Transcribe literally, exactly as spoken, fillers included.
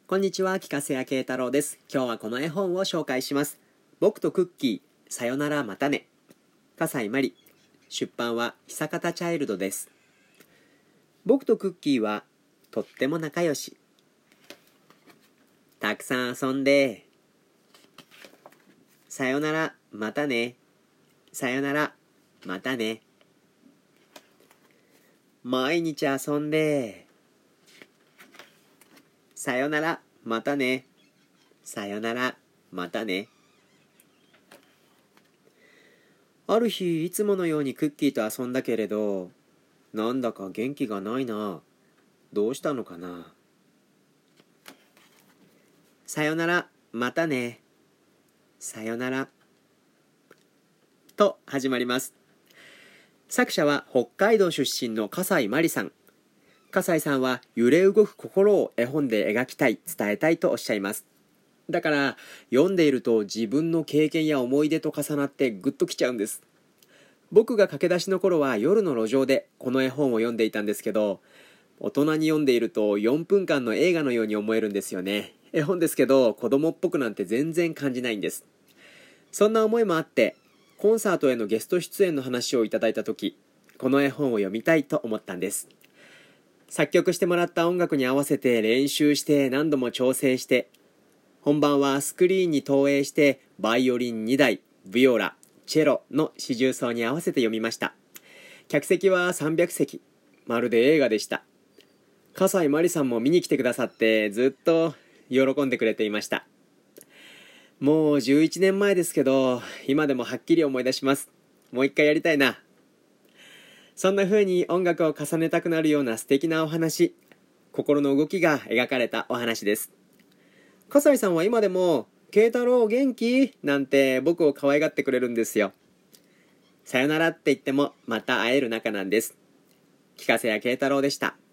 こんにちは、木瀬谷慶太郎です。今日はこの絵本を紹介します。僕とクッキー、さよならまたね。笠井真理。出版は久方チャイルドです。僕とクッキーはとっても仲良し。たくさん遊んで、さよならまたね。さよならまたね。毎日遊んで、さよならまたね。さよならまたね。ある日いつものようにクッキーと遊んだけれど、なんだか元気がないな。どうしたのかな。さよならまたね。さよならと始まります。作者は北海道出身の笠井真理さん。笠井さんは揺れ動く心を絵本で描きたい、伝えたいとおっしゃいます。だから読んでいると自分の経験や思い出と重なってグッときちゃうんです。僕が駆け出しの頃は夜の路上でこの絵本を読んでいたんですけど、大人に読んでいるとよんぷんかんの映画のように思えるんですよね。絵本ですけど子供っぽくなんて全然感じないんです。そんな思いもあってコンサートへのゲスト出演の話をいただいた時、この絵本を読みたいと思ったんです。作曲してもらった音楽に合わせて練習して何度も調整して、本番はスクリーンに投影してバイオリンにだい、ビオラ、チェロの四重奏に合わせて読みました。客席はさんびゃくせき、まるで映画でした。笠井真理さんも見に来てくださってずっと喜んでくれていました。もうじゅういちねんまえですけど、今でもはっきり思い出します。もう一回やりたいな。そんな風に音楽を重ねたくなるような素敵なお話、心の動きが描かれたお話です。笠井さんは今でも慶太郎元気なんて僕を可愛がってくれるんですよ。さよならって言ってもまた会える仲なんです。木瀬谷慶太郎でした。